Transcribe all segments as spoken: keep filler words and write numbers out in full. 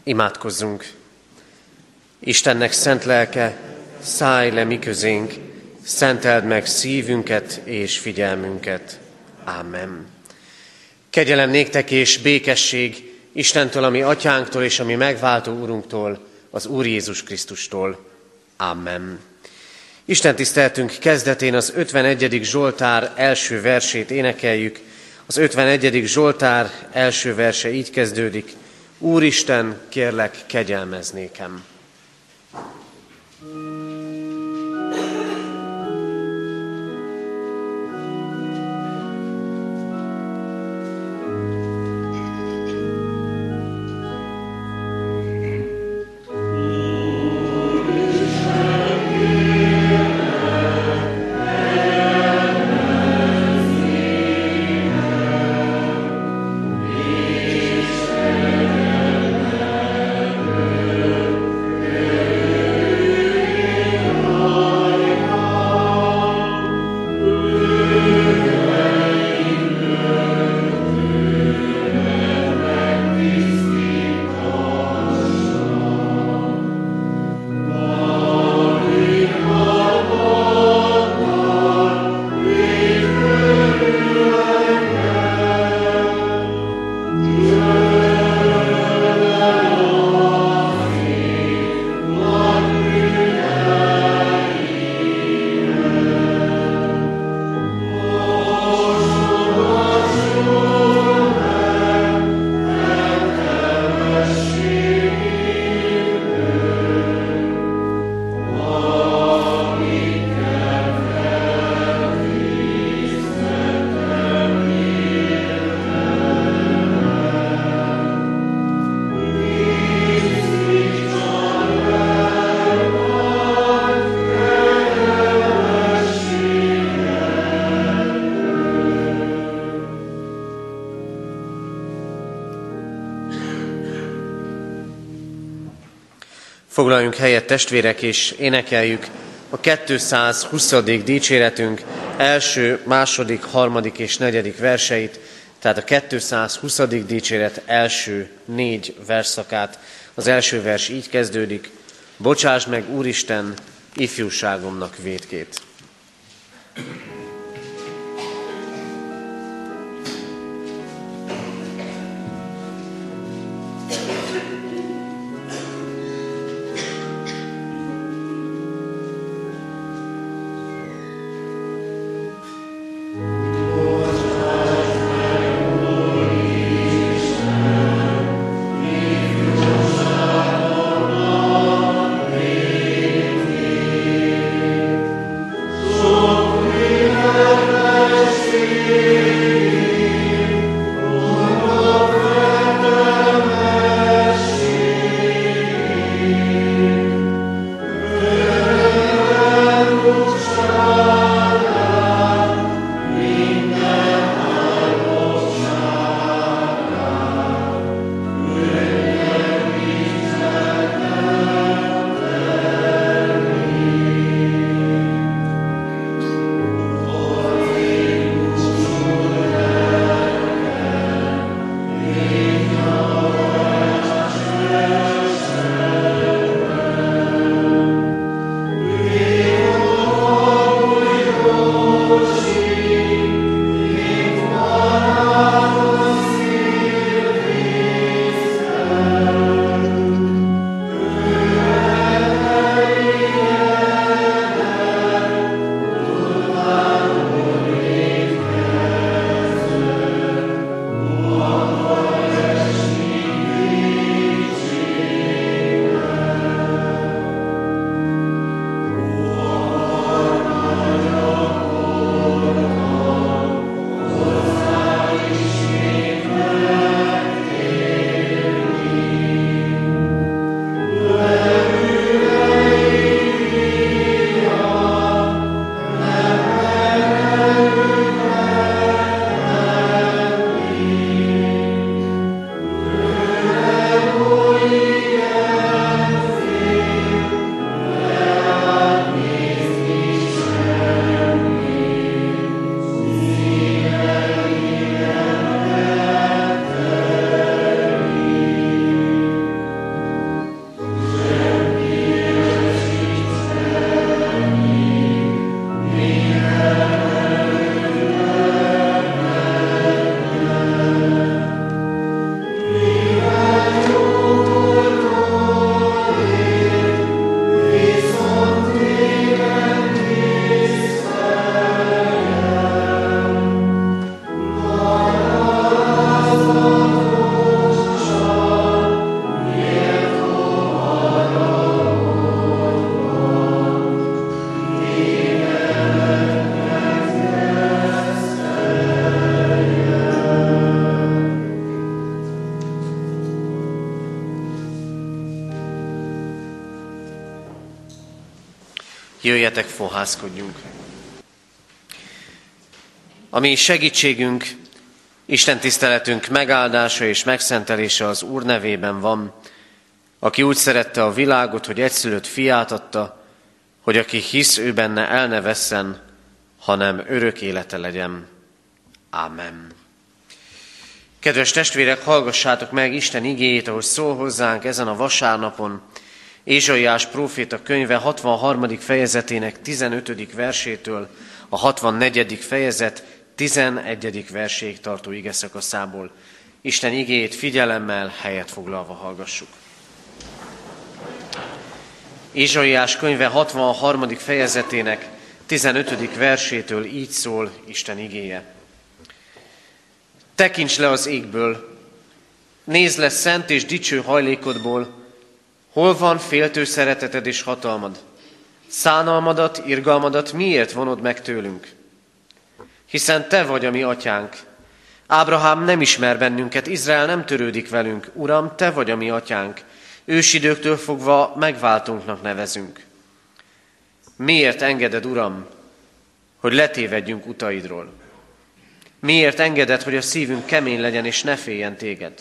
Imádkozzunk! Istennek szent lelke, szállj le mi közénk, szenteld meg szívünket és figyelmünket. Ámen. Kegyelem néktek és békesség Istentől, ami atyánktól és ami megváltó Urunktól, az Úr Jézus Krisztustól. Ámen. Isten tiszteltünk kezdetén az ötvenegyedik Zsoltár első versét énekeljük. Az ötvenegyedik Zsoltár első verse így kezdődik: Úristen, kérlek, kegyelmezz nékem. Foglaljunk helyet, testvérek, és énekeljük a kétszázhuszadik dicséretünk első, második, harmadik és negyedik verseit, tehát a kétszázhuszadik dicséret első négy versszakát. Az első vers így kezdődik: Bocsásd meg, Úristen, ifjúságomnak vétkét. Oh Jöjjetek, fohászkodjunk! A mi segítségünk, Isten tiszteletünk megáldása és megszentelése az Úr nevében van, aki úgy szerette a világot, hogy egyszülött fiát adta, hogy aki hisz ő benne, el ne vesszen, hanem örök élete legyen. Ámen. Kedves testvérek, hallgassátok meg Isten igéjét, ahogy szól hozzánk ezen a vasárnapon, Ézsaiás próféta könyve hatvanharmadik fejezetének tizenötödik versétől a hatvannegyedik fejezet tizenegyedik verséig tartó igeszakaszából. Isten igéjét figyelemmel, helyet foglalva hallgassuk. Ézsaiás könyve hatvanharmadik fejezetének tizenötödik versétől így szól Isten igéje. Tekints le az égből, nézd le szent és dicső hajlékodból, hol van féltő szereteted és hatalmad? Szánalmadat, irgalmadat miért vonod meg tőlünk? Hiszen te vagy a mi atyánk. Ábrahám nem ismer bennünket, Izrael nem törődik velünk. Uram, te vagy a mi atyánk. Ősidőktől fogva megváltónknak nevezünk. Miért engeded, Uram, hogy letévedjünk utaidról? Miért engeded, hogy a szívünk kemény legyen és ne féljen téged?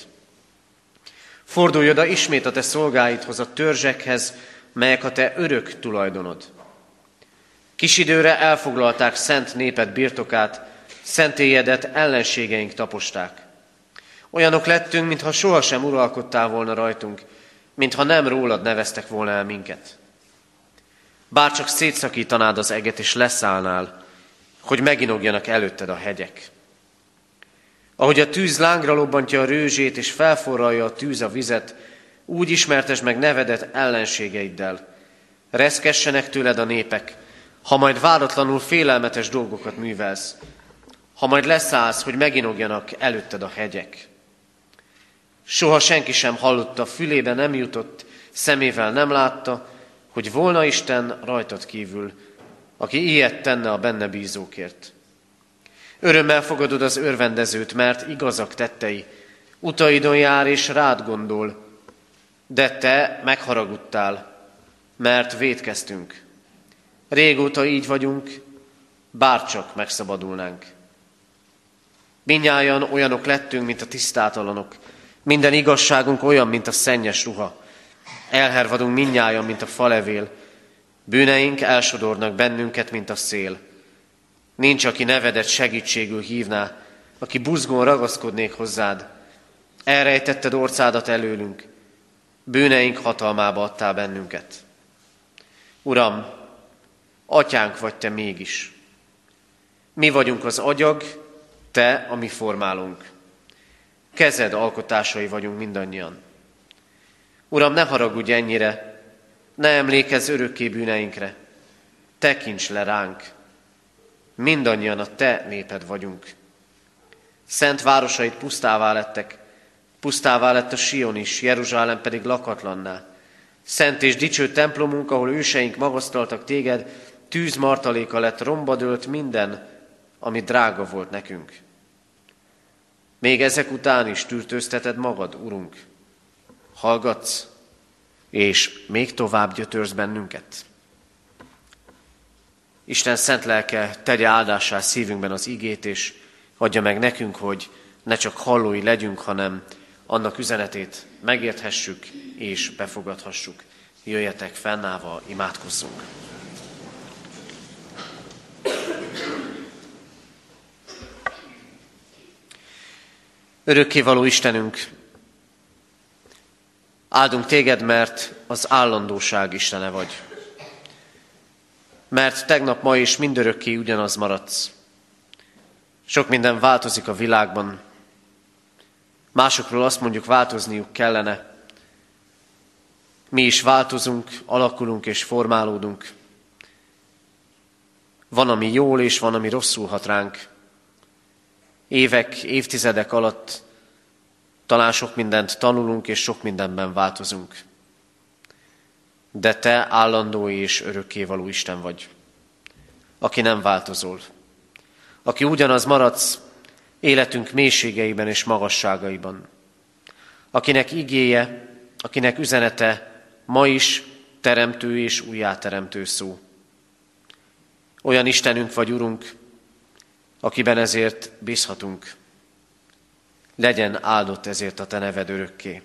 Fordulj oda ismét a te szolgáidhoz, a törzsekhez, melyek a te örök tulajdonod. Kis időre elfoglalták szent néped birtokát, szentélyedet ellenségeink taposták. Olyanok lettünk, mintha sohasem uralkodtál volna rajtunk, mintha nem rólad neveztek volna el minket. Bárcsak szétszakítanád az eget és leszállnál, hogy meginogjanak előtted a hegyek. Ahogy a tűz lángra lobbantja a rőzsét, és felforralja a tűz a vizet, úgy ismertesd meg nevedet ellenségeiddel. Reszkessenek tőled a népek, ha majd váratlanul félelmetes dolgokat művelsz, ha majd leszállsz, hogy meginogjanak előtted a hegyek. Soha senki sem hallotta, fülébe nem jutott, szemével nem látta, hogy volna Isten rajtad kívül, aki ilyet tenne a benne bízókért. Örömmel fogadod az örvendezőt, mert igazak tettei, utaidon jár és rád gondol, de te megharagudtál, mert vétkeztünk. Régóta így vagyunk, bárcsak megszabadulnánk. Mindnyájan olyanok lettünk, mint a tisztátalanok, minden igazságunk olyan, mint a szennyes ruha. Elhervadunk mindnyájan, mint a falevél, bűneink elsodornak bennünket, mint a szél. Nincs, aki nevedet segítségül hívná, aki buzgón ragaszkodnék hozzád. Elrejtetted orcádat előlünk, bűneink hatalmába adtál bennünket. Uram, atyánk vagy te mégis. Mi vagyunk az agyag, te a mi formálunk. Kezed alkotásai vagyunk mindannyian. Uram, ne haragudj ennyire, ne emlékezz örökké bűneinkre, tekints le ránk. Mindannyian a te néped vagyunk. Szent városait pusztává lettek, pusztává lett a Sion is, Jeruzsálem pedig lakatlanná. Szent és dicső templomunk, ahol őseink magasztaltak téged, tűz martaléka lett, romba dőlt minden, ami drága volt nekünk. Még ezek után is tűrtőzteted magad, Urunk. Hallgatsz, és még tovább gyötörsz bennünket. Isten szent lelke tegye áldássá szívünkben az igét, és adja meg nekünk, hogy ne csak hallói legyünk, hanem annak üzenetét megérthessük és befogadhassuk. Jöjjetek fennállva, imádkozzunk! Örökkévaló Istenünk, áldunk téged, mert az állandóság Istene vagy. Mert tegnap, ma és mindörökké ugyanaz maradsz. Sok minden változik a világban. Másokról azt mondjuk, változniuk kellene. Mi is változunk, alakulunk és formálódunk. Van, ami jól, és van, ami rosszul hat ránk. Évek, évtizedek alatt talán sok mindent tanulunk, és sok mindenben változunk. De te állandó és örökkévaló Isten vagy, aki nem változol, aki ugyanaz maradsz életünk mélységeiben és magasságaiban, akinek igéje, akinek üzenete ma is teremtő és újjáteremtő szó. Olyan Istenünk vagy, Urunk, akiben ezért bízhatunk. Legyen áldott ezért a Te neved örökké.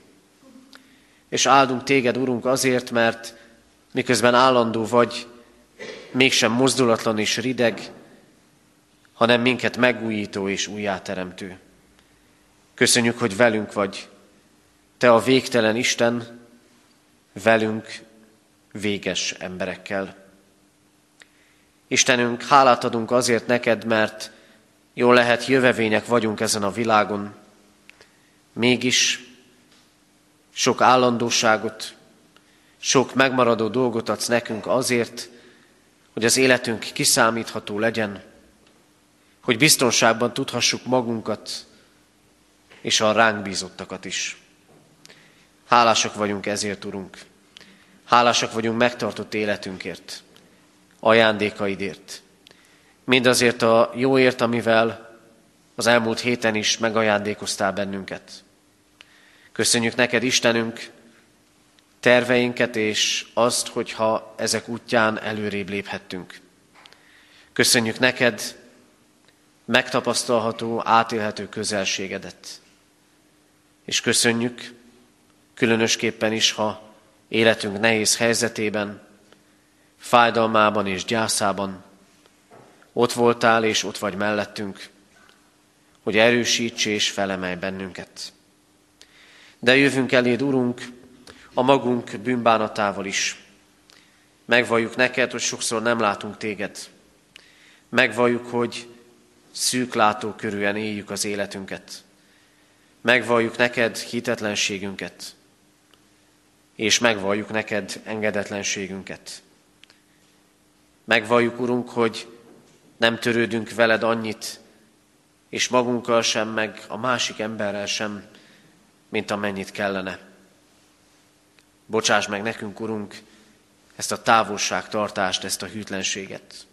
És áldunk Téged, Urunk, azért, mert miközben állandó vagy, mégsem mozdulatlan és rideg, hanem minket megújító és újjáteremtő. Köszönjük, hogy velünk vagy. Te a végtelen Isten, velünk, véges emberekkel. Istenünk, hálát adunk azért neked, mert jól lehet jövevények vagyunk ezen a világon. Mégis sok állandóságot, sok megmaradó dolgot adsz nekünk azért, hogy az életünk kiszámítható legyen, hogy biztonságban tudhassuk magunkat és a ránk bízottakat is. Hálásak vagyunk ezért, Urunk. Hálásak vagyunk megtartott életünkért, ajándékaidért. Mindazért a jóért, amivel az elmúlt héten is megajándékoztál bennünket. Köszönjük neked, Istenünk, terveinket és azt, hogyha ezek útján előrébb léphettünk. Köszönjük neked megtapasztalható, átélhető közelségedet. És köszönjük különösképpen is, ha életünk nehéz helyzetében, fájdalmában és gyászában ott voltál és ott vagy mellettünk, hogy erősíts és felemelj bennünket. De jövünk eléd, Urunk, a magunk bűnbánatával is. Megvalljuk neked, hogy sokszor nem látunk téged. Megvalljuk, hogy szűk látókörűen éljük az életünket. Megvalljuk neked hitetlenségünket, és megvalljuk neked engedetlenségünket. Megvalljuk, Urunk, hogy nem törődünk veled annyit, és magunkkal sem, meg a másik emberrel sem, mint amennyit kellene. Bocsáss meg nekünk, Urunk, ezt a távolságtartást, ezt a hűtlenséget.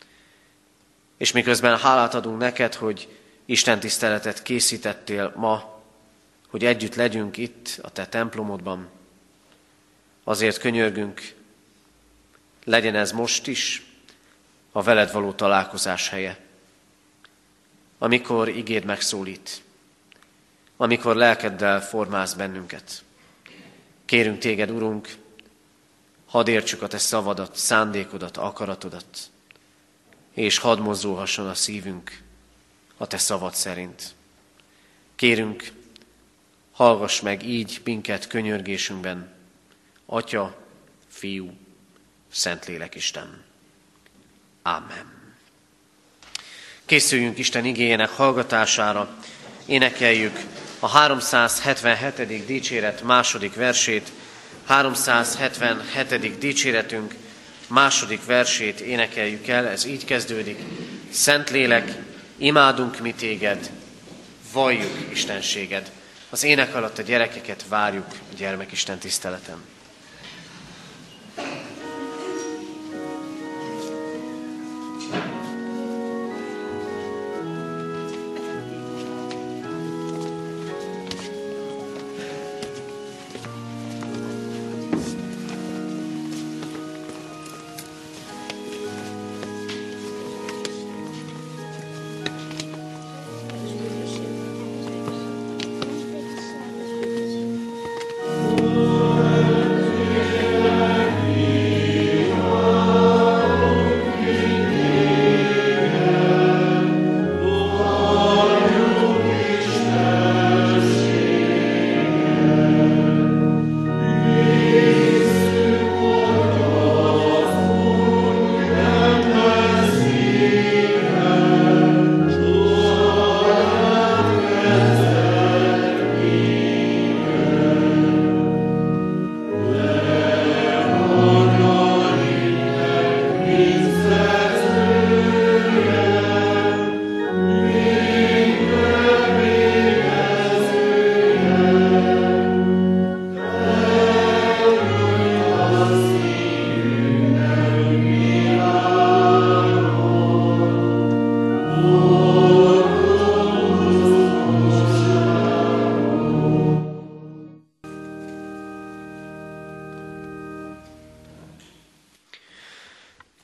És miközben hálát adunk neked, hogy Isten tiszteletet készítettél ma, hogy együtt legyünk itt a te templomodban, azért könyörgünk, legyen ez most is a veled való találkozás helye. Amikor igéd megszólít, amikor lelkeddel formálsz bennünket. Kérünk téged, Urunk, hadd értsük a te szavadat, szándékodat, akaratodat, és hadd mozdulhasson a szívünk a te szavad szerint. Kérünk, hallgass meg így minket könyörgésünkben, Atya, Fiú, Szentlélek Isten. Ámen. Készüljünk Isten igéjének hallgatására, énekeljük a háromszázhetvenhetedik dicséret második versét, háromszázhetvenhetedik dicséretünk második versét énekeljük el, ez így kezdődik. Szentlélek, imádunk mi téged, valljuk istenséged. Az ének alatt a gyerekeket várjuk a gyermekisten tiszteleten. Thank you.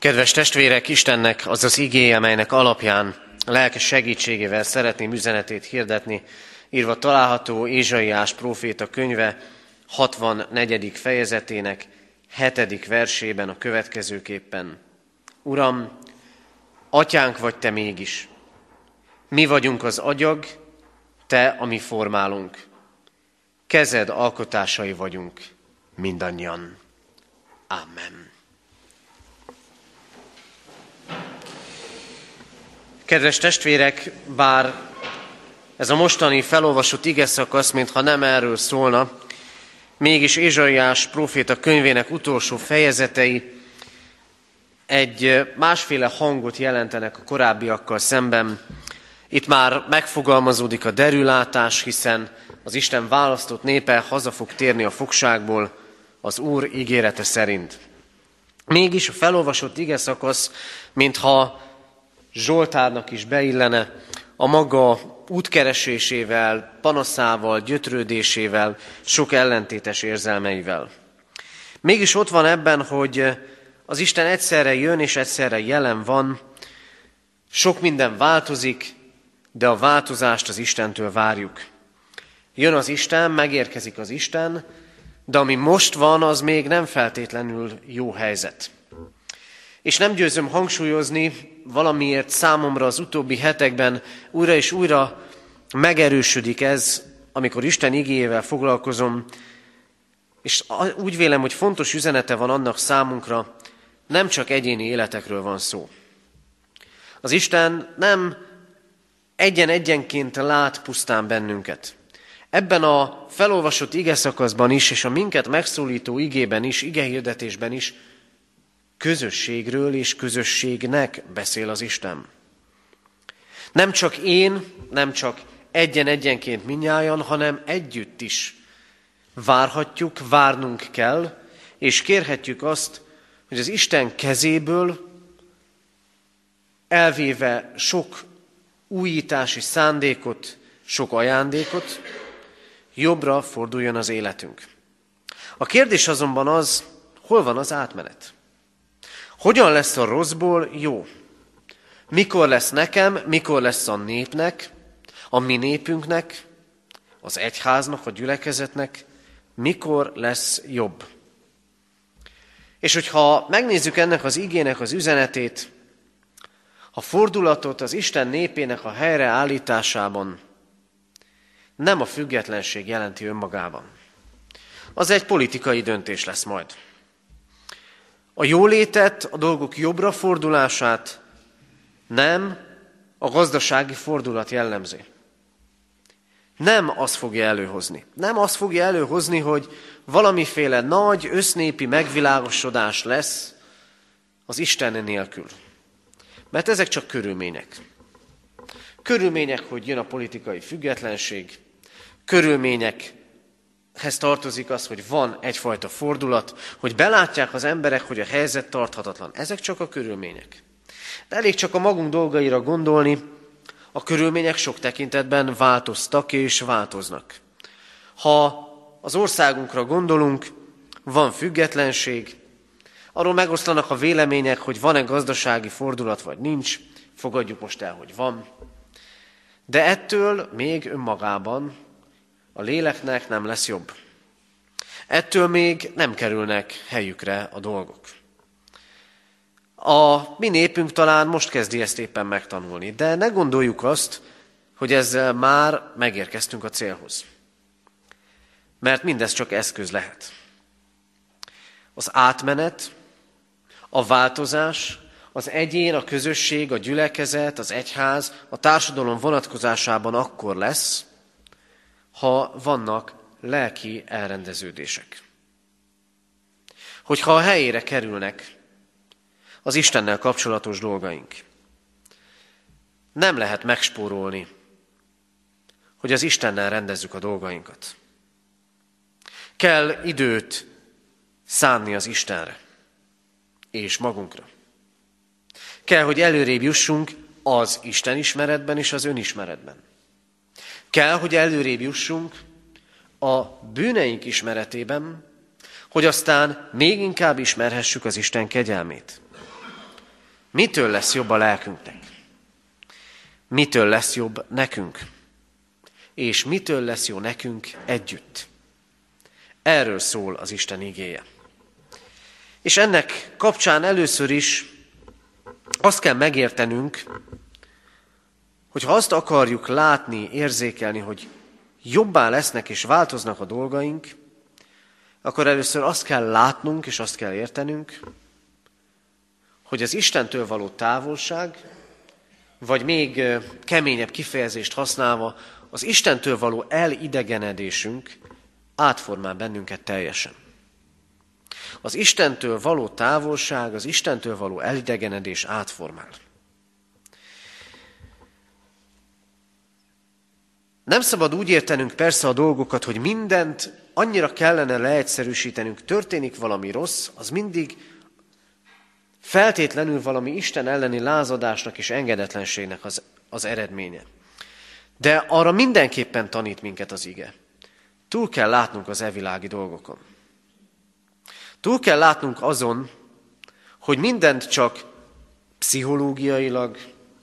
Kedves testvérek, Istennek az az igéje, amelynek alapján a lelke segítségével szeretném üzenetét hirdetni, írva található Ézsaiás próféta könyve hatvannegyedik fejezetének hetedik versében a következőképpen. Uram, atyánk vagy te mégis, mi vagyunk az agyag, te a mi formálunk. Kezed alkotásai vagyunk mindannyian. Amen. Kedves testvérek, bár ez a mostani felolvasott igeszakasz, mintha nem erről szólna, mégis Ézsaiás próféta könyvének utolsó fejezetei egy másféle hangot jelentenek a korábbiakkal szemben. Itt már megfogalmazódik a derülátás, hiszen az Isten választott népe haza fog térni a fogságból az Úr ígérete szerint. Mégis a felolvasott igeszakasz, mintha Zsoltárnak is beillene, a maga útkeresésével, panaszával, gyötrődésével, sok ellentétes érzelmeivel. Mégis ott van ebben, hogy az Isten egyszerre jön és egyszerre jelen van, sok minden változik, de a változást az Istentől várjuk. Jön az Isten, megérkezik az Isten, de ami most van, az még nem feltétlenül jó helyzet. És nem győzöm hangsúlyozni, valamiért számomra az utóbbi hetekben újra és újra megerősödik ez, amikor Isten igéjével foglalkozom, és úgy vélem, hogy fontos üzenete van annak számunkra, nem csak egyéni életekről van szó. Az Isten nem egyen-egyenként lát pusztán bennünket. Ebben a felolvasott igeszakaszban is, és a minket megszólító igében is, igehirdetésben is közösségről és közösségnek beszél az Isten. Nem csak én, nem csak egyen-egyenként mindnyájan, hanem együtt is várhatjuk, várnunk kell, és kérhetjük azt, hogy az Isten kezéből elvéve sok újítási szándékot, sok ajándékot, jobbra forduljon az életünk. A kérdés azonban az, hol van az átmenet? Hogyan lesz a rosszból jó? Mikor lesz nekem, mikor lesz a népnek, a mi népünknek, az egyháznak, a gyülekezetnek, mikor lesz jobb? És hogyha megnézzük ennek az igének az üzenetét, a fordulatot az Isten népének a helyreállításában nem a függetlenség jelenti önmagában. Az egy politikai döntés lesz majd. A jólétet, a dolgok jobbra fordulását nem a gazdasági fordulat jellemzi. Nem az fogja előhozni. Nem az fogja előhozni, hogy valamiféle nagy össznépi megvilágosodás lesz az Isten nélkül. Mert ezek csak körülmények. Körülmények, hogy jön a politikai függetlenség, körülményekhez tartozik az, hogy van egyfajta fordulat, hogy belátják az emberek, hogy a helyzet tarthatatlan. Ezek csak a körülmények. De elég csak a magunk dolgaira gondolni, a körülmények sok tekintetben változtak és változnak. Ha az országunkra gondolunk, van függetlenség, arról megoszlanak a vélemények, hogy van-e gazdasági fordulat, vagy nincs, fogadjuk most el, hogy van. De ettől még önmagában a léleknek nem lesz jobb. Ettől még nem kerülnek helyükre a dolgok. A mi népünk talán most kezdi ezt éppen megtanulni, de ne gondoljuk azt, hogy ezzel már megérkeztünk a célhoz. Mert mindez csak eszköz lehet. Az átmenet, a változás, az egyén, a közösség, a gyülekezet, az egyház, a társadalom vonatkozásában akkor lesz, ha vannak lelki elrendeződések. Hogyha a helyére kerülnek az Istennel kapcsolatos dolgaink. Nem lehet megspórolni, hogy az Istennel rendezzük a dolgainkat. Kell időt szánni az Istenre és magunkra. Kell, hogy előrébb jussunk az Isten ismeretben és az önismeretben. Kell, hogy előrébb jussunk a bűneink ismeretében, hogy aztán még inkább ismerhessük az Isten kegyelmét. Mitől lesz jobb a lelkünknek? Mitől lesz jobb nekünk? És mitől lesz jó nekünk együtt? Erről szól az Isten igéje. És ennek kapcsán először is azt kell megértenünk, hogy ha azt akarjuk látni, érzékelni, hogy jobbá lesznek és változnak a dolgaink, akkor először azt kell látnunk és azt kell értenünk, hogy az Istentől való távolság, vagy még keményebb kifejezést használva, az Istentől való elidegenedésünk átformál bennünket teljesen. Az Istentől való távolság, az Istentől való elidegenedés átformál. Nem szabad úgy értenünk persze a dolgokat, hogy mindent annyira kellene leegyszerűsítenünk, történik valami rossz, az mindig feltétlenül valami Isten elleni lázadásnak és engedetlenségnek az, az eredménye. De arra mindenképpen tanít minket az ige. Túl kell látnunk az evilági dolgokon. Túl kell látnunk azon, hogy mindent csak pszichológiailag,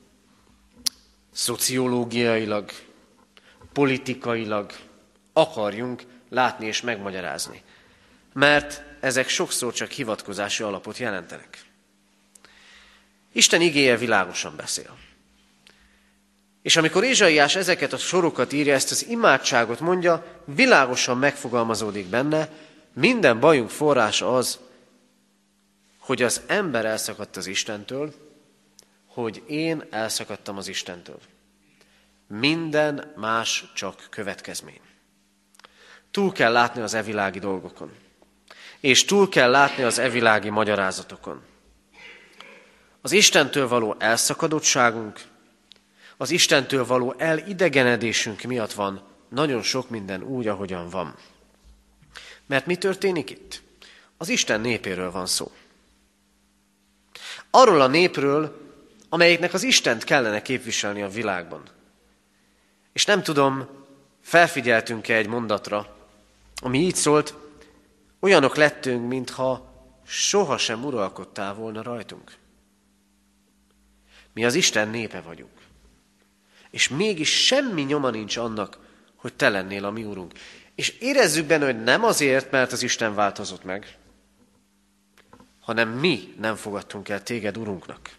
szociológiailag, politikailag akarjunk látni és megmagyarázni. Mert ezek sokszor csak hivatkozási alapot jelentenek. Isten igéje világosan beszél. És amikor Ézsaiás ezeket a sorokat írja, ezt az imádságot mondja, világosan megfogalmazódik benne, minden bajunk forrása az, hogy az ember elszakadt az Istentől, hogy én elszakadtam az Istentől. Minden más csak következmény. Túl kell látni az evilági dolgokon. És túl kell látni az evilági magyarázatokon. Az Istentől való elszakadottságunk, az Istentől való elidegenedésünk miatt van nagyon sok minden úgy, ahogyan van. Mert mi történik itt? Az Isten népéről van szó. Arról a népről, amelyiknek az Istent kellene képviselni a világban. És nem tudom, felfigyeltünk-e egy mondatra, ami így szólt, olyanok lettünk, mintha sohasem uralkodtál volna rajtunk. Mi az Isten népe vagyunk. És mégis semmi nyoma nincs annak, hogy te lennél a mi urunk. És érezzük benne, hogy nem azért, mert az Isten változott meg, hanem mi nem fogadtunk el téged urunknak.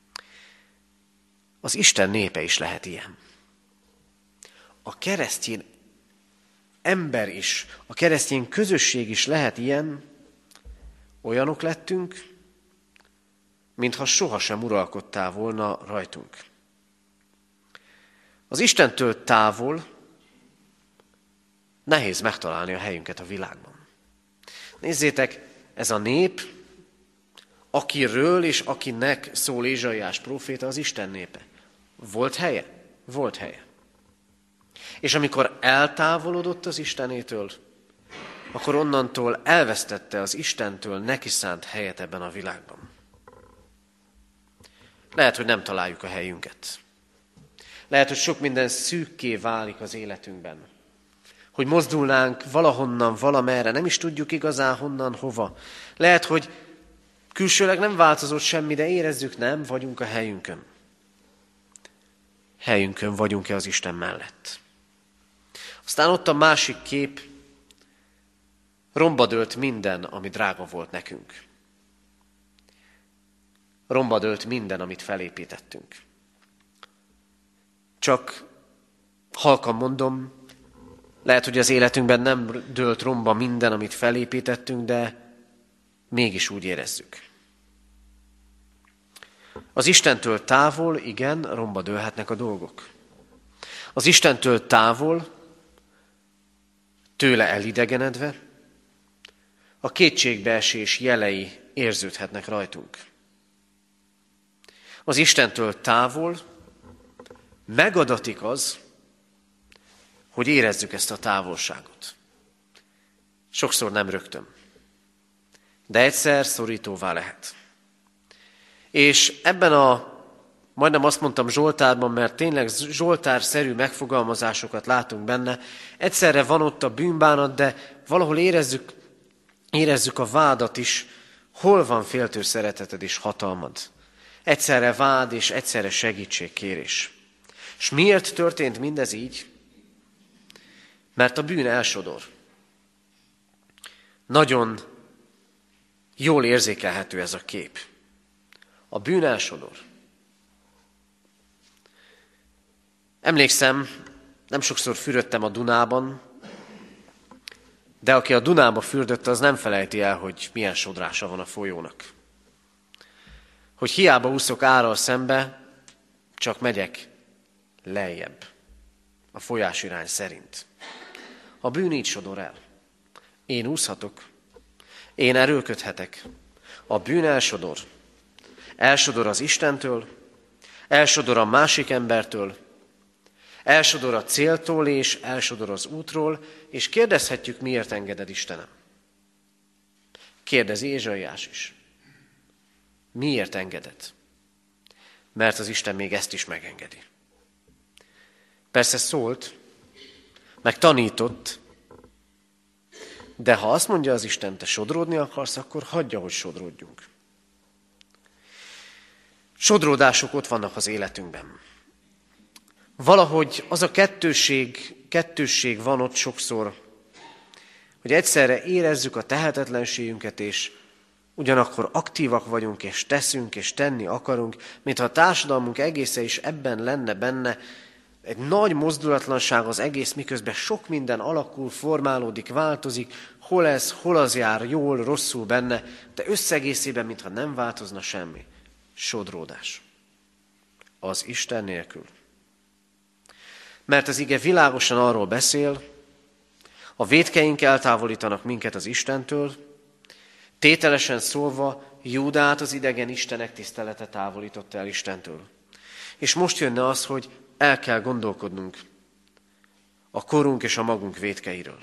Az Isten népe is lehet ilyen. A keresztény ember is, a keresztény közösség is lehet ilyen, olyanok lettünk, mintha sohasem uralkodtál volna rajtunk. Az Istentől távol nehéz megtalálni a helyünket a világban. Nézzétek, ez a nép, akiről és akinek szól Ézsaiás próféta, az Isten népe. Volt helye? Volt helye. És amikor eltávolodott az Istenétől, akkor onnantól elvesztette az Istentől neki szánt helyet ebben a világban. Lehet, hogy nem találjuk a helyünket. Lehet, hogy sok minden szűkké válik az életünkben. Hogy mozdulnánk valahonnan, valamerre, nem is tudjuk igazán honnan, hova. Lehet, hogy külsőleg nem változott semmi, de érezzük, nem vagyunk a helyünkön. Helyünkön vagyunk-e az Isten mellett? Aztán ott a másik kép, romba dőlt minden, ami drága volt nekünk. Romba dőlt minden, amit felépítettünk. Csak halkan mondom, lehet, hogy az életünkben nem dőlt romba minden, amit felépítettünk, de mégis úgy érezzük. Az Istentől távol, igen, romba dőlhetnek a dolgok. Az Istentől távol, tőle elidegenedve, a kétségbeesés jelei érződhetnek rajtunk. Az Istentől távol megadatik az, hogy érezzük ezt a távolságot. Sokszor nem rögtön, de egyszer szorítóvá lehet. És ebben a, majdnem azt mondtam Zsoltárban, mert tényleg Zsoltár-szerű megfogalmazásokat látunk benne, egyszerre van ott a bűnbánat, de valahol érezzük, érezzük a vádat is, hol van féltő szereteted és hatalmad. Egyszerre vád és egyszerre segítségkérés. És miért történt mindez így? Mert a bűn elsodor. Nagyon jól érzékelhető ez a kép. A bűn elsodor. Emlékszem, nem sokszor fürödtem a Dunában, de aki a Dunába fürdött, az nem felejti el, hogy milyen sodrása van a folyónak. Hogy hiába úszok árral szembe, csak megyek lejjebb, a folyás irány szerint. A bűn így sodor el. Én úszhatok, én erőlködhetek. A bűn elsodor. Elsodor az Istentől, elsodor a másik embertől, elsodor a céltól és elsodor az útról, és kérdezhetjük, miért engeded, Istenem? Kérdezi Ézsaiás is. Miért engeded? Mert az Isten még ezt is megengedi. Persze szólt, meg tanított, de ha azt mondja az Isten, te sodródni akarsz, akkor hagyja, hogy sodródjunk. Sodródások ott vannak az életünkben. Valahogy az a kettősség, kettősség van ott sokszor, hogy egyszerre érezzük a tehetetlenségünket, és ugyanakkor aktívak vagyunk, és teszünk, és tenni akarunk, mintha a társadalmunk egésze is ebben lenne benne, egy nagy mozdulatlanság az egész, miközben sok minden alakul, formálódik, változik, hol ez, hol az jár, jól, rosszul benne, de összegészében, mintha nem változna semmi. Sodródás. Az Isten nélkül. Mert az ige világosan arról beszél, a vétkeink eltávolítanak minket az Istentől, tételesen szólva Júdát az idegen istenek tisztelete távolította el Istentől. És most jönne az, hogy el kell gondolkodnunk a korunk és a magunk vétkeiről,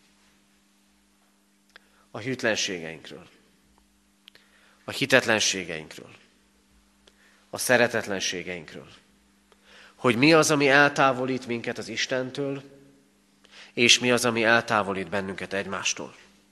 a hűtlenségeinkről, a hitetlenségeinkről, a szeretetlenségeinkről, hogy mi az, ami eltávolít minket az Istentől, és mi az, ami eltávolít bennünket egymástól.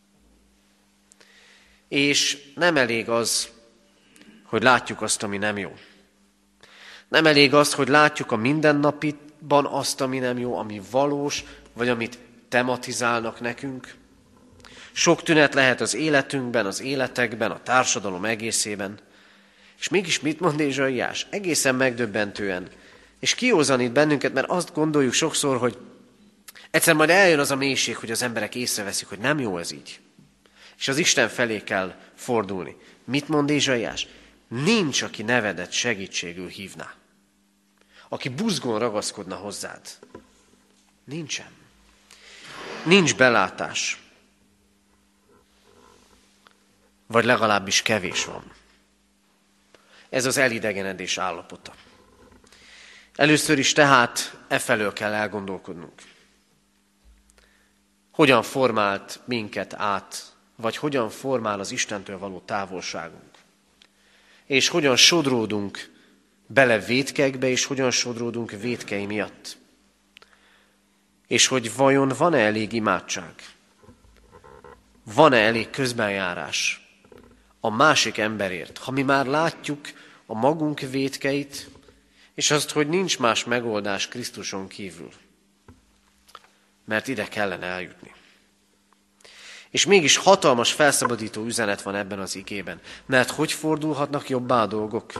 És nem elég az, hogy látjuk azt, ami nem jó. Nem elég az, hogy látjuk a mindennapiban azt, ami nem jó, ami valós, vagy amit tematizálnak nekünk. Sok tünet lehet az életünkben, az életekben, a társadalom egészében. És mégis mit mond Ézsaiás? Egészen megdöbbentően. És kiózanít bennünket, mert azt gondoljuk sokszor, hogy egyszer majd eljön az a mélység, hogy az emberek észreveszik, hogy nem jó ez így. És az Isten felé kell fordulni. Mit mond Ézsaiás? Nincs, aki nevedet segítségül hívná. Aki buzgón ragaszkodna hozzád. Nincsen. Nincs belátás. Vagy legalábbis kevés van. Ez az elidegenedés állapota. Először is tehát e felől kell elgondolkodnunk. Hogyan formált minket át, vagy hogyan formál az Istentől való távolságunk. És hogyan sodródunk bele vétkekbe, és hogyan sodródunk vétkei miatt. És hogy vajon van-e elég imádság? Van-e elég közbenjárás a másik emberért? Ha mi már látjuk a magunk vétkeit, és azt, hogy nincs más megoldás Krisztuson kívül. Mert ide kellene eljutni. És mégis hatalmas felszabadító üzenet van ebben az igében. Mert hogy fordulhatnak jobbá a dolgok?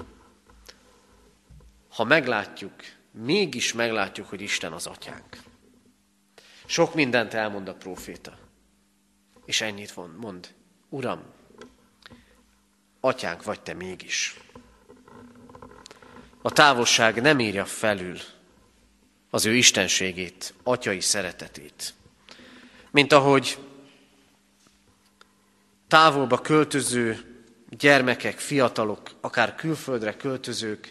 Ha meglátjuk, mégis meglátjuk, hogy Isten az atyánk. Sok mindent elmond a próféta. És ennyit mond. Uram, atyánk vagy te mégis. A távolság nem írja felül az ő istenségét, atyai szeretetét. Mint ahogy távolba költöző gyermekek, fiatalok, akár külföldre költözők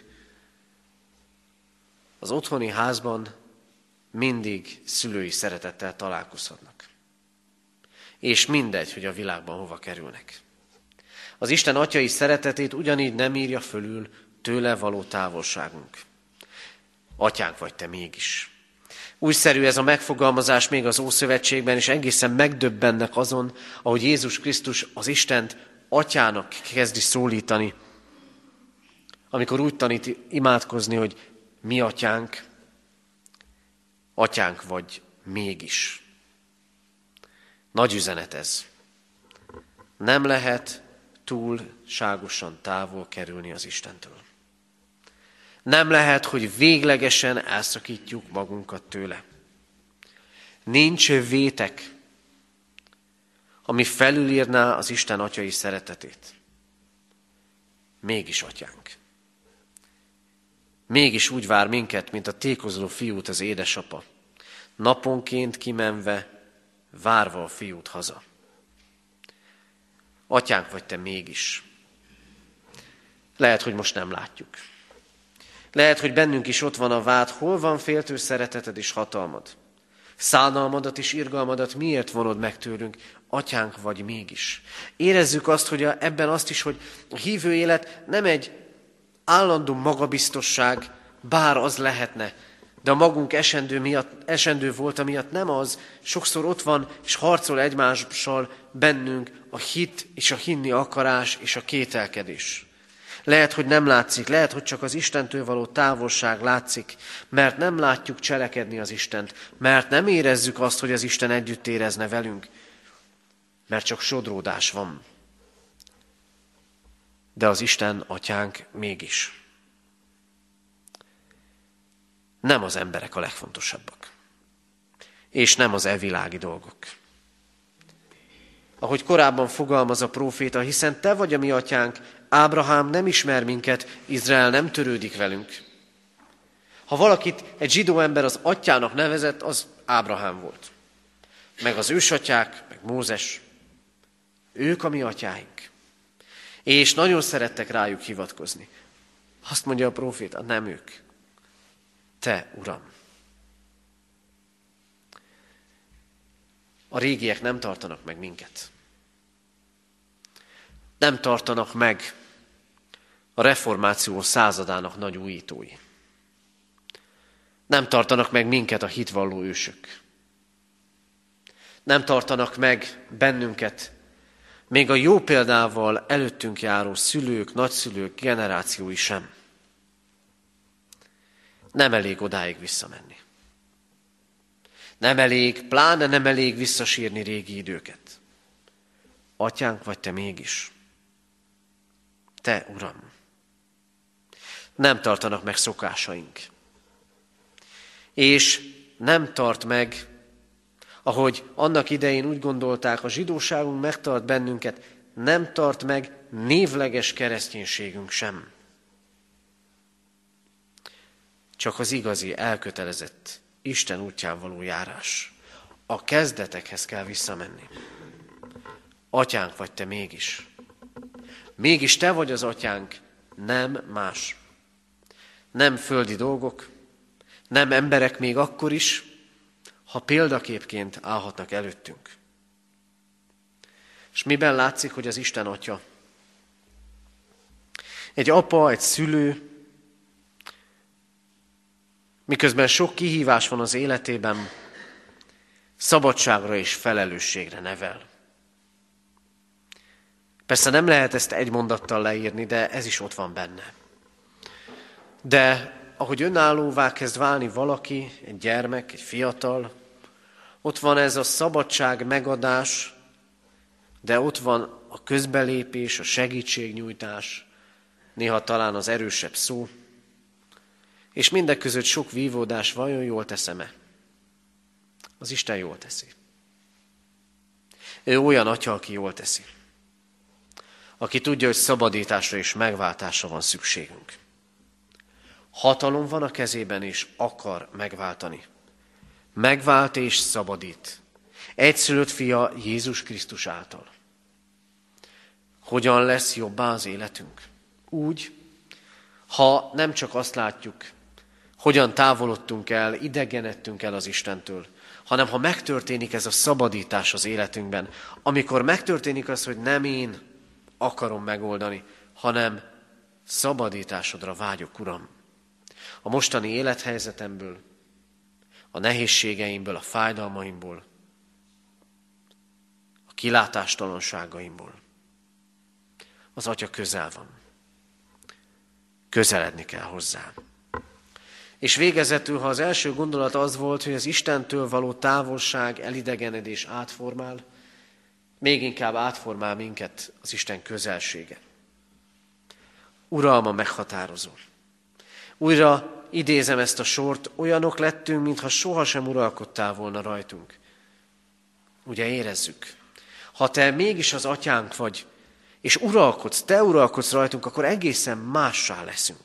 az otthoni házban mindig szülői szeretettel találkozhatnak. És mindegy, hogy a világban hova kerülnek. Az Isten atyai szeretetét ugyanígy nem írja fölül tőle való távolságunk. Atyánk vagy te mégis. Újszerű ez a megfogalmazás még az Ószövetségben, és egészen megdöbbennek azon, ahogy Jézus Krisztus az Istent atyának kezdi szólítani. amikor úgy tanít imádkozni, hogy mi atyánk, atyánk vagy mégis. Nagy üzenet ez. Nem lehet túlságosan távol kerülni az Istentől. Nem lehet, hogy véglegesen elszakítjuk magunkat tőle. Nincs vétek, ami felülírná az Isten atyai szeretetét. Mégis atyánk. Mégis úgy vár minket, mint a tékozló fiút az édesapa, naponként kimenve, várva a fiút haza. Atyánk vagy te mégis. Lehet, hogy most nem látjuk. Lehet, hogy bennünk is ott van a vád, hol van féltő szereteted és hatalmad. Szánalmadat és irgalmadat miért vonod meg tőlünk? Atyánk vagy mégis. Érezzük azt, hogy a, ebben azt is, hogy a hívő élet nem egy állandó magabiztosság, bár az lehetne, de a magunk esendő, miatt, esendő volta miatt nem az, sokszor ott van és harcol egymással bennünk a hit és a hinni akarás és a kételkedés. Lehet, hogy nem látszik, lehet, hogy csak az Istentől való távolság látszik, mert nem látjuk cselekedni az Istent, mert nem érezzük azt, hogy az Isten együtt érezne velünk, mert csak sodródás van. De az Isten atyánk mégis. Nem az emberek a legfontosabbak, és nem az evilági dolgok. Ahogy korábban fogalmaz a próféta, hiszen te vagy a mi atyánk, Ábrahám nem ismer minket, Izrael nem törődik velünk. Ha valakit egy zsidó ember az atyának nevezett, az Ábrahám volt. Meg az ősatyák, meg Mózes. Ők a mi atyáink. És nagyon szerettek rájuk hivatkozni. Azt mondja a próféta, nem ők. Te, Uram. A régiek nem tartanak meg minket. Nem tartanak meg a reformáció századának nagy újítói. Nem tartanak meg minket a hitvalló ősök. Nem tartanak meg bennünket még a jó példával előttünk járó szülők, nagyszülők generációi sem. Nem elég odáig visszamenni. Nem elég, pláne nem elég visszasírni régi időket. Atyánk vagy te mégis. Te, Uram. Nem tartanak meg szokásaink. És nem tart meg, ahogy annak idején úgy gondolták, a zsidóságunk megtart bennünket, nem tart meg névleges kereszténységünk sem. Csak az igazi, elkötelezett, Isten útján való járás. A kezdetekhez kell visszamenni. Atyánk vagy te mégis. Mégis te vagy az atyánk, nem más. Nem földi dolgok, nem emberek még akkor is, ha példaképként állhatnak előttünk. És miben látszik, hogy az Isten atya? Egy apa, egy szülő, miközben sok kihívás van az életében, szabadságra és felelősségre nevel. Persze nem lehet ezt egy mondattal leírni, de ez is ott van benne. De ahogy önállóvá kezd válni valaki, egy gyermek, egy fiatal, ott van ez a szabadság megadás, de ott van a közbelépés, a segítségnyújtás, néha talán az erősebb szó, és mindek között sok vívódás, vajon jól teszem-e? Az Isten jól teszi. Ő olyan atya, aki jól teszi. Aki tudja, hogy szabadításra és megváltásra van szükségünk. Hatalom van a kezében, és akar megváltani. Megvált és szabadít. Egyszülött fia Jézus Krisztus által. Hogyan lesz jobbá az életünk? Úgy, ha nem csak azt látjuk, hogyan távolodtunk el, idegenedtünk el az Istentől, hanem ha megtörténik ez a szabadítás az életünkben, amikor megtörténik az, hogy nem én akarom megoldani, hanem szabadításodra vágyok, Uram. A mostani élethelyzetemből, a nehézségeimből, a fájdalmaimból, a kilátástalanságaimból. Az Atya közel van. közeledni kell hozzá. És végezetül, ha az első gondolat az volt, hogy az Istentől való távolság, elidegenedés átformál, még inkább átformál minket az Isten közelsége. Uralma meghatározó. Újra idézem ezt a sort, olyanok lettünk, mintha sohasem uralkodtál volna rajtunk. Ugye érezzük, ha te mégis az atyánk vagy, és uralkodsz, te uralkodsz rajtunk, akkor egészen mássá leszünk.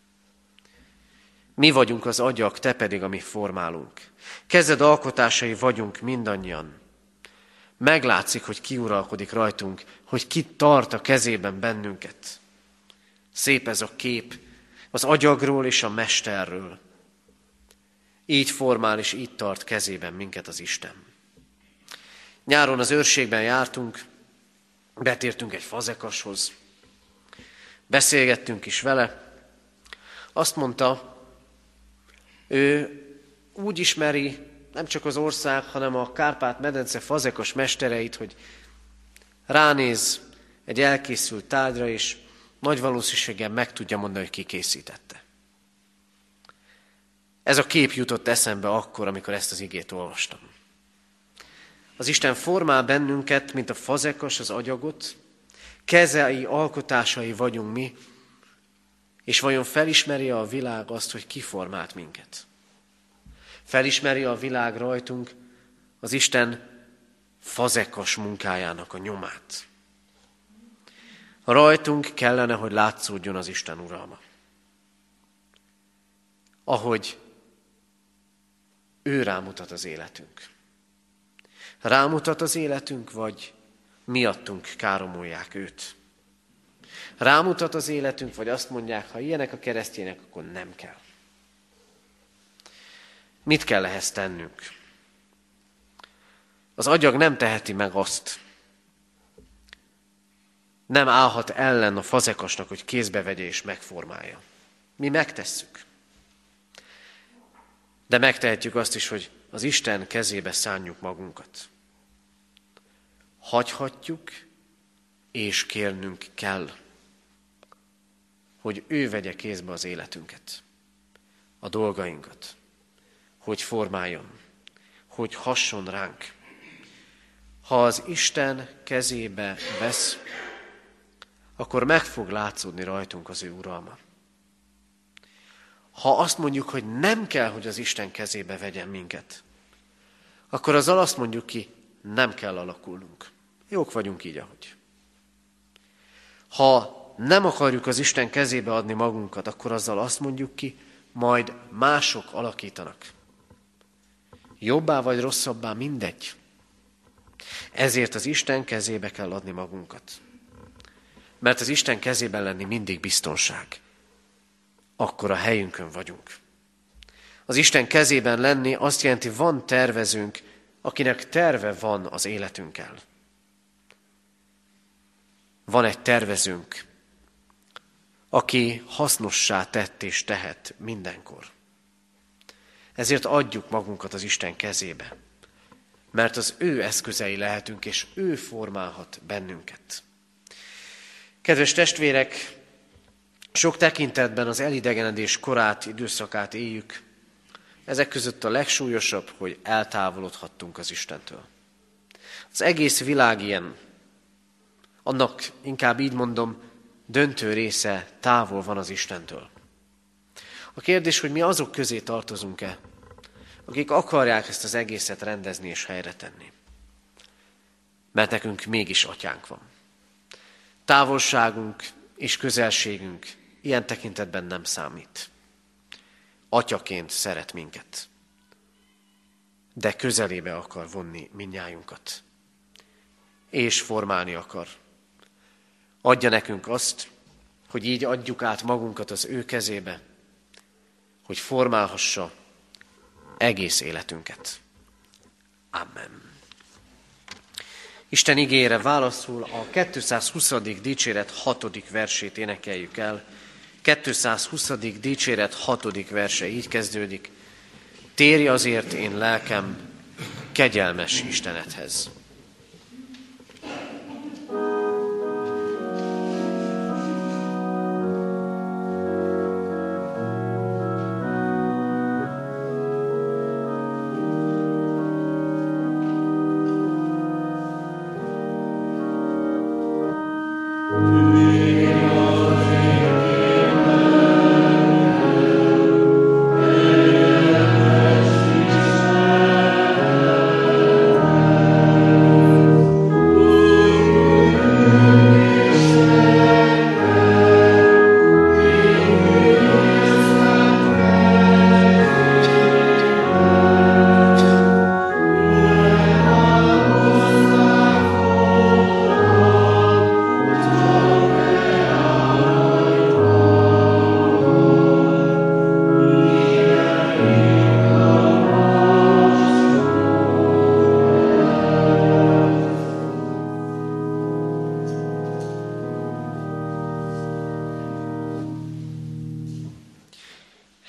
Mi vagyunk az agyak, te pedig a mi formálunk. Kezed alkotásai vagyunk mindannyian. Meglátszik, hogy ki uralkodik rajtunk, hogy ki tart a kezében bennünket. Szép ez a kép az agyagról és a mesterről. Így formál és így tart kezében minket az Isten. Nyáron az őrségben jártunk, betértünk egy fazekashoz, beszélgettünk is vele. Azt mondta, ő úgy ismeri nem csak az ország, hanem a Kárpát-medence fazekas mestereit, hogy ránéz egy elkészült tárgyra, és nagy valószínűséggel meg tudja mondani, hogy ki készítette. Ez a kép jutott eszembe akkor, amikor ezt az igét olvastam. Az Isten formál bennünket, mint a fazekas az agyagot, kezei, alkotásai vagyunk mi, és vajon felismeri a világ azt, hogy ki formált minket? Felismeri a világ rajtunk az Isten fazekas munkájának a nyomát. Rajtunk kellene, hogy látszódjon az Isten uralma. Ahogy ő rámutat az életünk. Rámutat az életünk, vagy miattunk káromolják őt. Rámutat az életünk, vagy azt mondják, ha ilyenek a keresztjének, akkor nem kell. Mit kell ehhez tennünk? Az agyag nem teheti meg azt. Nem állhat ellen a fazekasnak, hogy kézbe vegye és megformálja. Mi megtesszük. De megtehetjük azt is, hogy az Isten kezébe szánjuk magunkat. Hagyhatjuk, és kérnünk kell, hogy ő vegye kézbe az életünket, a dolgainkat, hogy formáljon, hogy hasson ránk. Ha az Isten kezébe vesz, akkor meg fog látszódni rajtunk az ő uralma. Ha azt mondjuk, hogy nem kell, hogy az Isten kezébe vegyen minket, akkor azzal azt mondjuk ki, nem kell alakulnunk. Jók vagyunk így, ahogy. Ha nem akarjuk az Isten kezébe adni magunkat, akkor azzal azt mondjuk ki, majd mások alakítanak. Jobbá vagy rosszabbá, mindegy. Ezért az Isten kezébe kell adni magunkat. Mert az Isten kezében lenni mindig biztonság. Akkor a helyünkön vagyunk. Az Isten kezében lenni azt jelenti, van tervezünk, akinek terve van az életünkkel. Van egy tervezünk, aki hasznossá tett és tehet mindenkor. Ezért adjuk magunkat az Isten kezébe, mert az ő eszközei lehetünk, és ő formálhat bennünket. Kedves testvérek, sok tekintetben az elidegenedés korát, időszakát éljük. Ezek között a legsúlyosabb, hogy eltávolodhattunk az Istentől. Az egész világ ilyen, annak inkább így mondom, döntő része távol van az Istentől. A kérdés, hogy mi azok közé tartozunk-e, akik akarják ezt az egészet rendezni és helyre tenni. Mert nekünk mégis atyánk van. Távolságunk és közelségünk ilyen tekintetben nem számít. Atyaként szeret minket, de közelébe akar vonni mindnyájunkat, és formálni akar. Adja nekünk azt, hogy így adjuk át magunkat az ő kezébe, hogy formálhassa egész életünket. Amen. Isten igére válaszul a kétszázhuszadik dicséret hatodik versét énekeljük el. kétszázhuszadik dicséret hatodik verse így kezdődik. Térj azért én lelkem kegyelmes Istenedhez.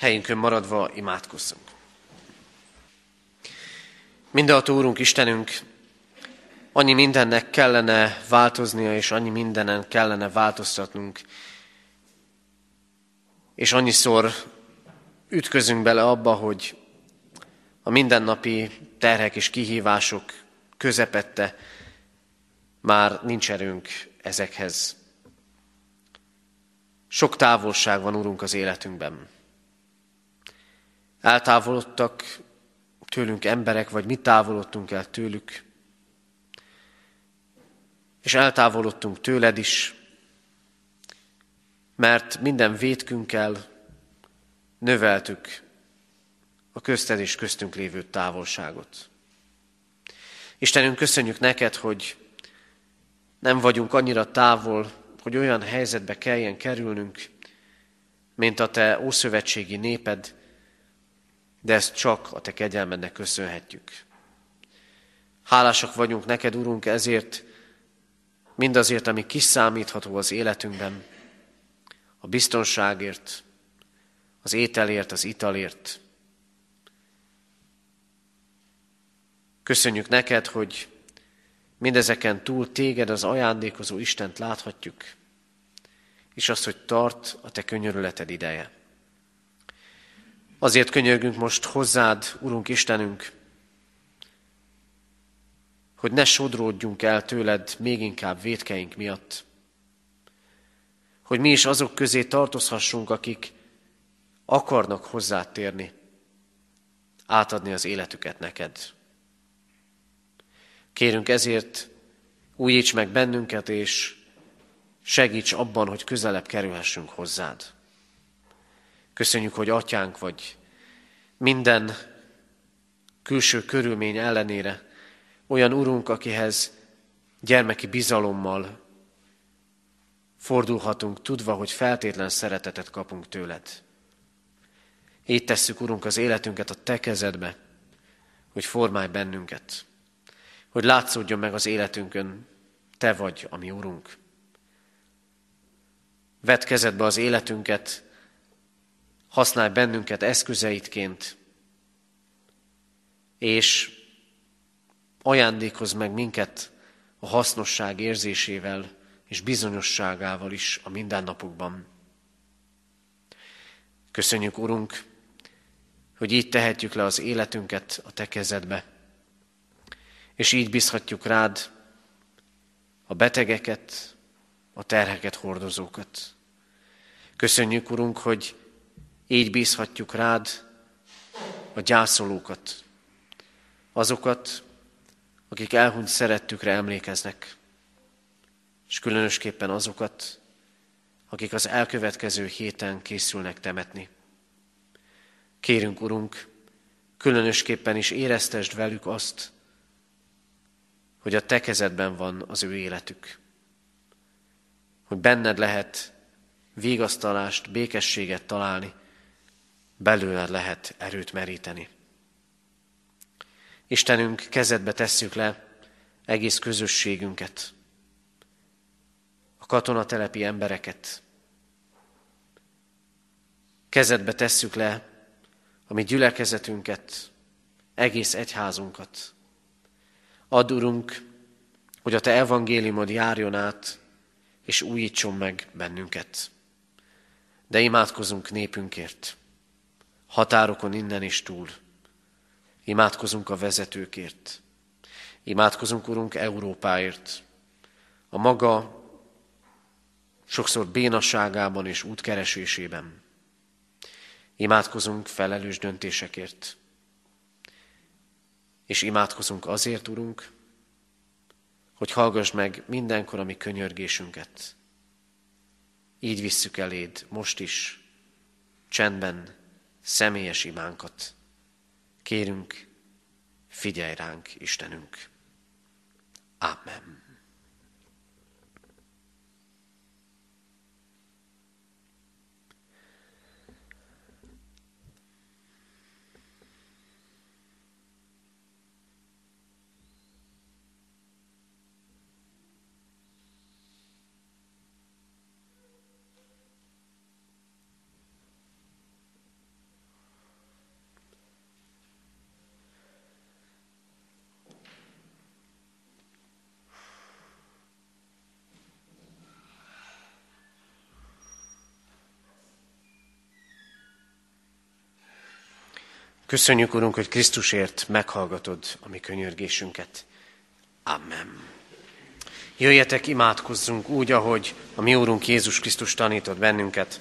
Helyünkön maradva imádkozzunk. Mindenható Úrunk, Istenünk, annyi mindennek kellene változnia, és annyi mindenen kellene változtatnunk, és annyiszor ütközünk bele abba, hogy a mindennapi terhek és kihívások közepette már nincs erőnk ezekhez. Sok távolság van, Urunk, az életünkben. Eltávolodtak tőlünk emberek, vagy mi távolodtunk el tőlük, és eltávolodtunk tőled is, mert minden vétkünkkel növeltük a közted és köztünk lévő távolságot. Istenünk, köszönjük neked, hogy nem vagyunk annyira távol, hogy olyan helyzetbe kelljen kerülnünk, mint a te ószövetségi néped, de ezt csak a te kegyelmednek köszönhetjük. Hálásak vagyunk neked, Urunk, ezért, mindazért, ami kiszámítható az életünkben, a biztonságért, az ételért, az italért. Köszönjük neked, hogy mindezeken túl téged, az ajándékozó Istent láthatjuk, és azt, hogy tart a te könyörületed ideje. Azért könyörgünk most hozzád, Urunk Istenünk, hogy ne sodródjunk el tőled még inkább vétkeink miatt, hogy mi is azok közé tartozhassunk, akik akarnak hozzád térni, átadni az életüket neked. Kérünk ezért, újíts meg bennünket, és segíts abban, hogy közelebb kerülhessünk hozzád. Köszönjük, hogy atyánk vagy, minden külső körülmény ellenére olyan Urunk, akihez gyermeki bizalommal fordulhatunk, tudva, hogy feltétlen szeretetet kapunk tőled. Így tesszük, Urunk, az életünket a te kezedbe, hogy formálj bennünket, hogy látszódjon meg az életünkön, te vagy, ami Urunk. Vedd kezedbe az életünket, használj bennünket eszközeidként, és ajándékozz meg minket a hasznosság érzésével és bizonyosságával is a mindennapokban. Köszönjük, Urunk, hogy így tehetjük le az életünket a te kezedbe, és így bízhatjuk rád a betegeket, a terheket hordozókat. Köszönjük, Urunk, hogy így bízhatjuk rád a gyászolókat, azokat, akik elhunyt szerettükre emlékeznek, és különösképpen azokat, akik az elkövetkező héten készülnek temetni. Kérünk, Urunk, különösképpen is éreztesd velük azt, hogy a te kezedben van az ő életük, hogy benned lehet vigasztalást, békességet találni, belőled lehet erőt meríteni. Istenünk, kezedbe tesszük le egész közösségünket, a katonatelepi embereket. Kezedbe tesszük le a mi gyülekezetünket, egész egyházunkat. Add, Urunk, hogy a te evangéliumod járjon át, és újítson meg bennünket. De imádkozunk népünkért, határokon innen is túl. Imádkozunk a vezetőkért. Imádkozunk, Urunk, Európáért. A maga sokszor bénasságában és útkeresésében. Imádkozunk felelős döntésekért. És imádkozunk azért, Urunk, hogy hallgass meg mindenkor a mi könyörgésünket. Így visszük eléd most is, csendben, személyes imánkat. Kérünk, figyelj ránk, Istenünk. Ámen. Köszönjük, Urunk, hogy Krisztusért meghallgatod a mi könyörgésünket. Amen. Jöjjetek, imádkozzunk úgy, ahogy a mi Úrunk Jézus Krisztus tanított bennünket.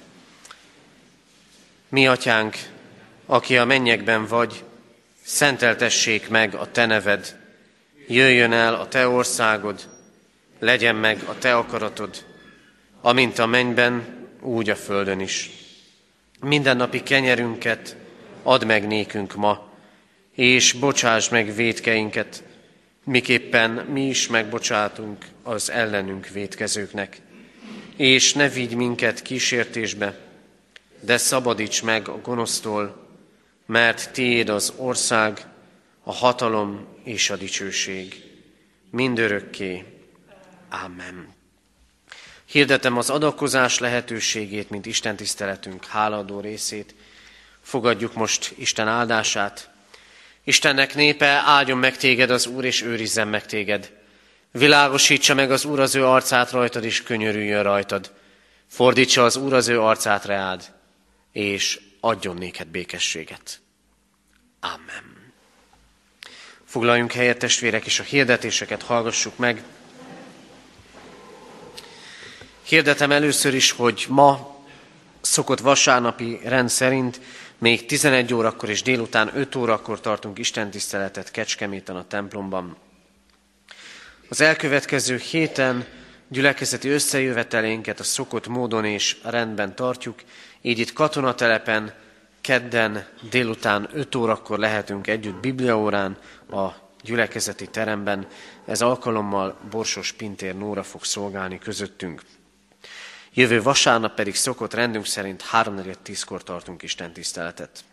Mi, Atyánk, aki a mennyekben vagy, szenteltessék meg a Te neved. Jöjjön el a Te országod, legyen meg a Te akaratod, amint a mennyben, úgy a földön is. Mindennapi kenyerünket add meg nékünk ma, és bocsásd meg vétkeinket, miképpen mi is megbocsátunk az ellenünk vétkezőknek. És ne vigy minket kísértésbe, de szabadíts meg a gonosztól, mert Tiéd az ország, a hatalom és a dicsőség mindörökké. Ámen. Hirdetem az adakozás lehetőségét, mint Isten tiszteletünk hálaadó részét. Fogadjuk most Isten áldását. Istennek népe, áldjon meg téged az Úr, és őrizzen meg téged. Világosítsa meg az Úr az ő arcát rajtad, és könyörüljön rajtad. Fordítsa az Úr az ő arcát reád, és adjon néked békességet. Amen. Foglaljunk helyet, testvérek, és a hirdetéseket hallgassuk meg. Hirdetem először is, hogy ma szokott vasárnapi rend szerint még tizenegy órakor és délután öt órakor tartunk istentiszteletet Kecskeméten a templomban. Az elkövetkező héten gyülekezeti összejövetelénket a szokott módon és rendben tartjuk, így itt katonatelepen kedden délután öt órakor lehetünk együtt bibliaórán a gyülekezeti teremben. Ez alkalommal Borsos Pintér Nóra fog szolgálni közöttünk. Jövő vasárnap pedig szokott rendünk szerint háromnegyed tízkor tartunk istentiszteletet.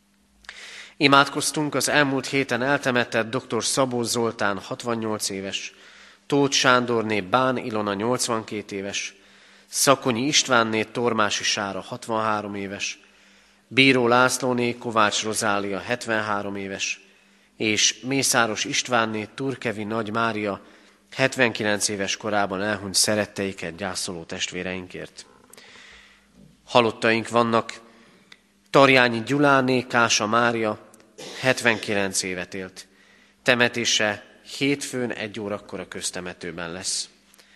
Imádkoztunk az elmúlt héten eltemetett dr. Szabó Zoltán hatvannyolc éves, Tóth Sándorné Bán Ilona nyolcvankét éves, Szakonyi Istvánné Tormási Sára hatvanhárom éves, Bíró Lászlóné Kovács Rozália hetvenhárom éves, és Mészáros Istvánné Turkevi Nagy Mária hetvenkilenc éves korában elhunyt szeretteiket gyászoló testvéreinkért. Halottaink vannak: Tarjányi Gyuláné Kása Mária hetvenkilenc évet élt. Temetése hétfőn egy órakor a köztemetőben lesz.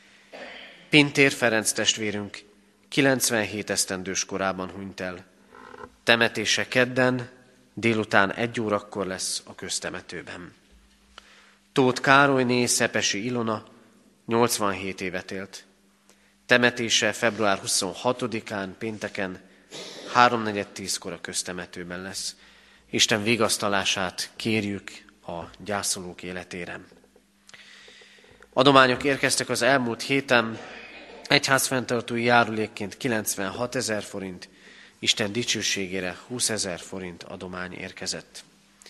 Pintér Ferenc testvérünk kilencvenhét esztendős korában hunyt el. Temetése kedden délután egy órakor lesz a köztemetőben. Tóth Károlyné Szepesi Ilona nyolcvanhét évet élt. Temetése február huszonhatodikán pénteken háromnegyed tízkor a köztemetőben lesz. Isten vigasztalását kérjük a gyászolók életére. Adományok érkeztek az elmúlt héten, egyházfenntartói járulékként kilencvenhat ezer forint, Isten dicsőségére húszezer forint adomány érkezett.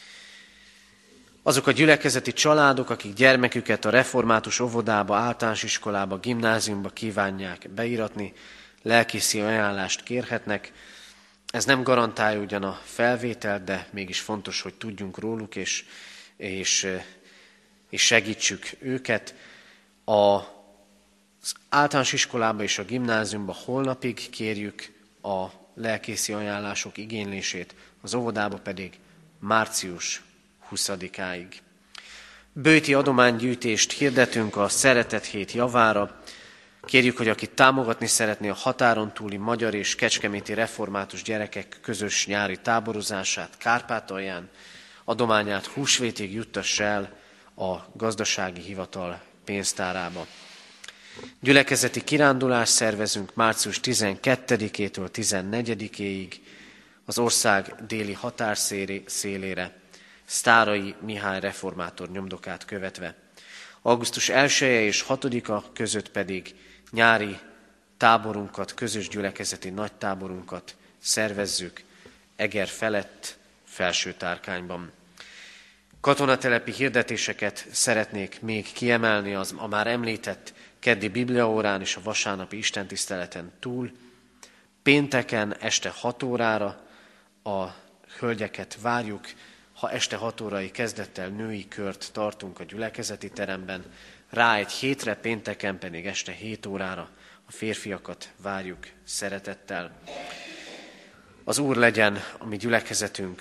Azok a gyülekezeti családok, akik gyermeküket a református óvodába, általános iskolába, gimnáziumba kívánják beiratni, lelkészi ajánlást kérhetnek. Ez nem garantálja ugyan a felvételt, de mégis fontos, hogy tudjunk róluk, és, és, és segítsük őket. Az általános iskolába és a gimnáziumba holnapig kérjük a lelkészi ajánlások igénylését, az óvodába pedig március huszadikáig. Bőti adománygyűjtést hirdetünk a Szeretet Hét javára. Kérjük, hogy aki támogatni szeretné a határon túli magyar és kecskeméti református gyerekek közös nyári táborozását Kárpátalján, adományát húsvétig juttassa el a gazdasági hivatal pénztárába. Gyülekezeti kirándulást szervezünk március tizenkettedikétől tizennegyedikéig az ország déli határszélére, Sztárai Mihály reformátor nyomdokát követve. augusztus elseje és hatodika között pedig nyári táborunkat, közös gyülekezeti nagy táborunkat szervezzük Eger felett, Felsőtárkányban. Katonatelepi hirdetéseket szeretnék még kiemelni az a már említett keddi bibliaórán és a vasárnapi istentiszteleten túl. Pénteken este hat órára a hölgyeket várjuk. Ha este hat órai kezdettel női kört tartunk a gyülekezeti teremben, rá egy hétre, pénteken pedig este hét órára a férfiakat várjuk szeretettel. Az Úr legyen a mi gyülekezetünk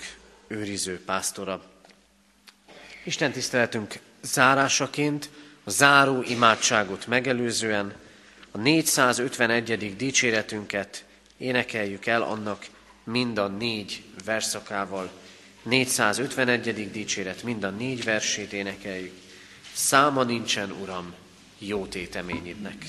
őriző pásztora. Isten tiszteletünk zárásaként, a záró imádságot megelőzően a négyszázötvenegyedik dicséretünket énekeljük el annak mind a négy verszakával. négyszázötvenegyedik dicséret mind a négy versét énekeljük. Száma nincsen, Uram, jó téteményidnek.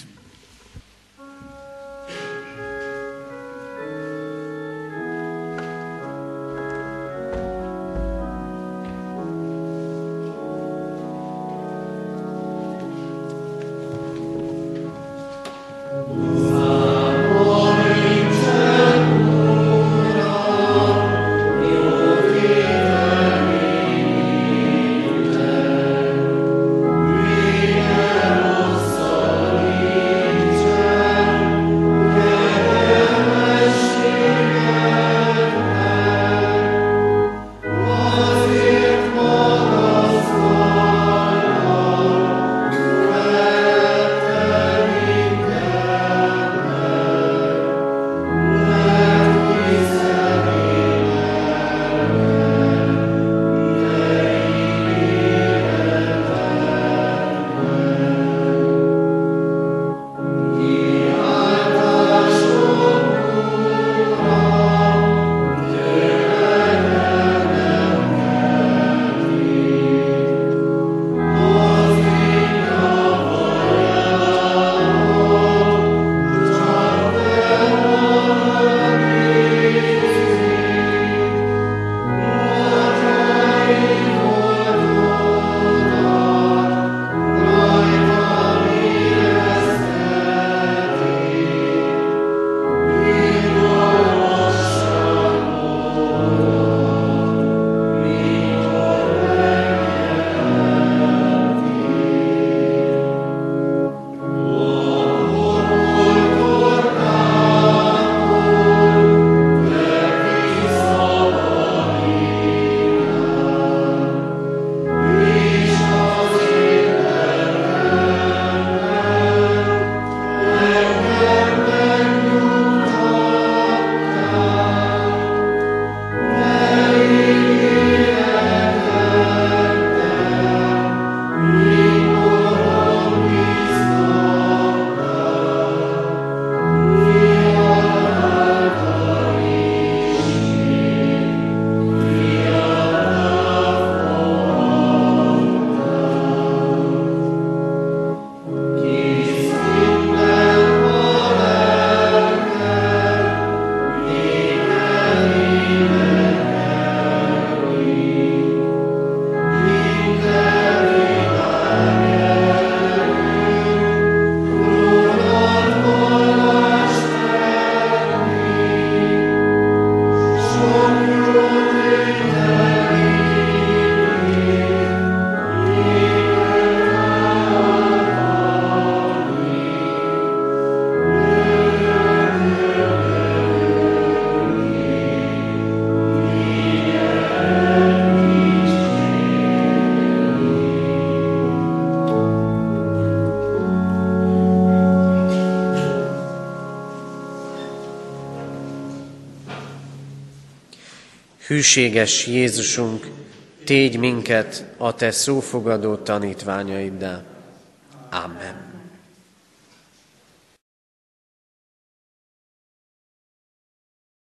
Hűséges Jézusunk, tégy minket a te szófogadó tanítványaiddá. Amen.